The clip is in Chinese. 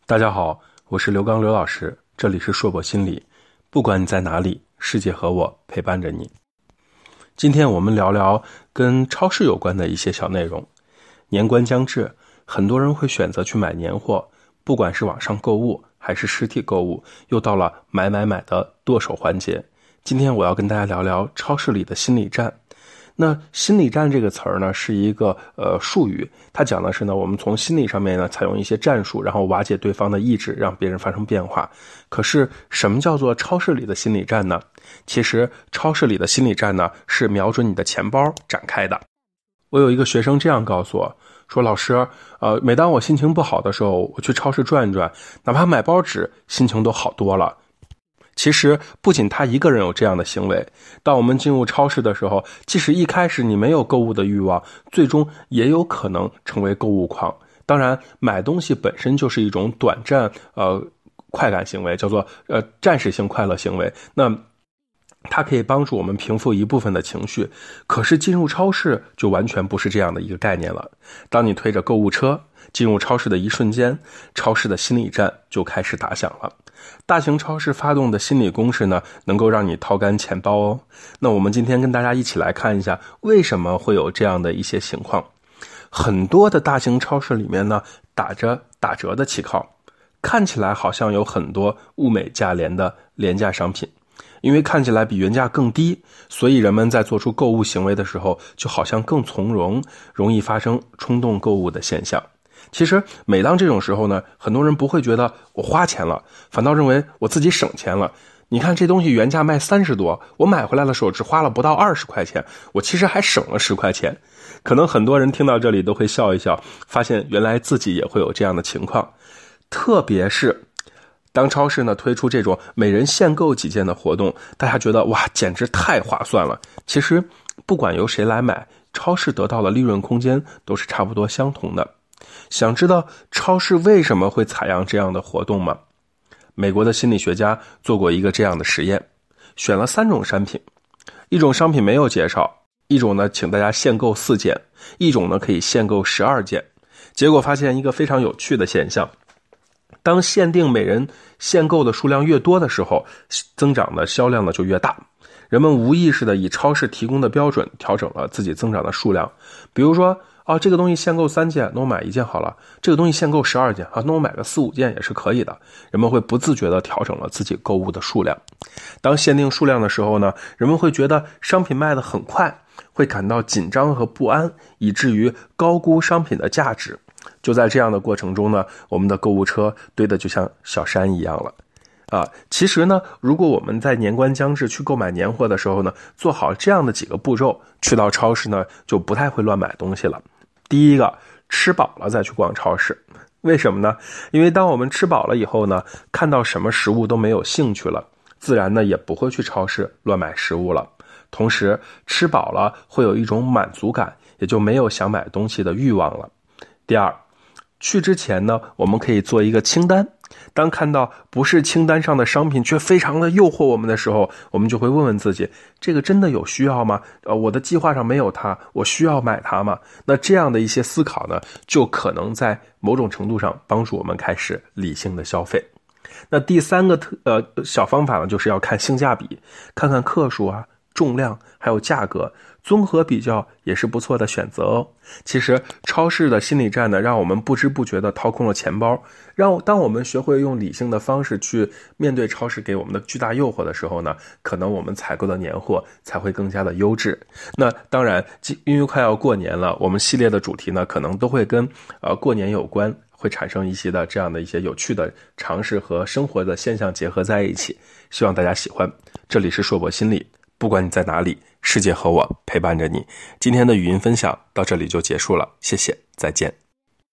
大家好，我是刘刚刘老师，这里是硕博心理。不管你在哪里，世界和我陪伴着你。今天我们聊聊跟超市有关的一些小内容。年关将至，很多人会选择去买年货，不管是网上购物还是实体购物，又到了买的剁手环节。今天我要跟大家聊聊超市里的心理战。那心理战这个词儿呢，是一个术语，它讲的是呢，我们从心理上面呢，采用一些战术，然后瓦解对方的意志，让别人发生变化。可是什么叫做超市里的心理战呢？其实超市里的心理战呢，是瞄准你的钱包展开的。我有一个学生这样告诉我说，老师，每当我心情不好的时候，我去超市转一转，哪怕买包纸，心情都好多了。其实不仅他一个人有这样的行为，当我们进入超市的时候，即使一开始你没有购物的欲望，最终也有可能成为购物狂。当然，买东西本身就是一种短暂快感行为，叫做暂时性快乐行为。那它可以帮助我们平复一部分的情绪，可是进入超市就完全不是这样的一个概念了。当你推着购物车进入超市的一瞬间，超市的心理战就开始打响了。大型超市发动的心理攻势呢，能够让你掏干钱包哦。那我们今天跟大家一起来看一下，为什么会有这样的一些情况。很多的大型超市里面呢，打折的旗号，看起来好像有很多物美价廉的廉价商品。因为看起来比原价更低，所以人们在做出购物行为的时候，就好像更从容，容易发生冲动购物的现象。其实每当这种时候呢，很多人不会觉得我花钱了，反倒认为我自己省钱了。你看这东西原价卖30多，我买回来的时候只花了不到20块钱，我其实还省了10块钱。可能很多人听到这里都会笑一笑，发现原来自己也会有这样的情况。特别是当超市呢推出这种每人限购几件的活动，大家觉得哇，简直太划算了。其实不管由谁来买，超市得到的利润空间都是差不多相同的。想知道超市为什么会采样这样的活动吗？美国的心理学家做过一个这样的实验，选了3种商品，一种商品没有介绍，一种呢请大家限购4件，一种呢可以限购12件。结果发现一个非常有趣的现象，当限定每人限购的数量越多的时候，增长的销量呢就越大。人们无意识的以超市提供的标准调整了自己增长的数量。比如说，这个东西限购3件，那我买1件好了。这个东西限购12件，那我买个4、5件也是可以的。人们会不自觉的调整了自己购物的数量。当限定数量的时候呢，人们会觉得商品卖得很快，会感到紧张和不安，以至于高估商品的价值。就在这样的过程中呢，我们的购物车堆得就像小山一样了。其实呢，如果我们在年关将至去购买年货的时候呢，做好这样的几个步骤，去到超市呢，就不太会乱买东西了。第一个，吃饱了再去逛超市。为什么呢？因为当我们吃饱了以后呢，看到什么食物都没有兴趣了，自然呢也不会去超市乱买食物了。同时，吃饱了会有一种满足感，也就没有想买东西的欲望了。第二，去之前呢，我们可以做一个清单。当看到不是清单上的商品却非常的诱惑我们的时候，我们就会问问自己，这个真的有需要吗？我的计划上没有它，我需要买它吗？那这样的一些思考呢，就可能在某种程度上帮助我们开始理性的消费。那第3个小方法呢，就是要看性价比，看看克数重量还有价格，综合比较也是不错的选择哦。其实超市的心理战呢，让我们不知不觉地掏空了钱包。当我们学会用理性的方式去面对超市给我们的巨大诱惑的时候呢，可能我们采购的年货才会更加的优质。那当然，因为快要过年了，我们系列的主题呢，可能都会跟过年有关，会产生一些的这样的一些有趣的尝试和生活的现象结合在一起，希望大家喜欢。这里是硕博心理，不管你在哪里，世界和我陪伴着你。今天的语音分享到这里就结束了，谢谢，再见。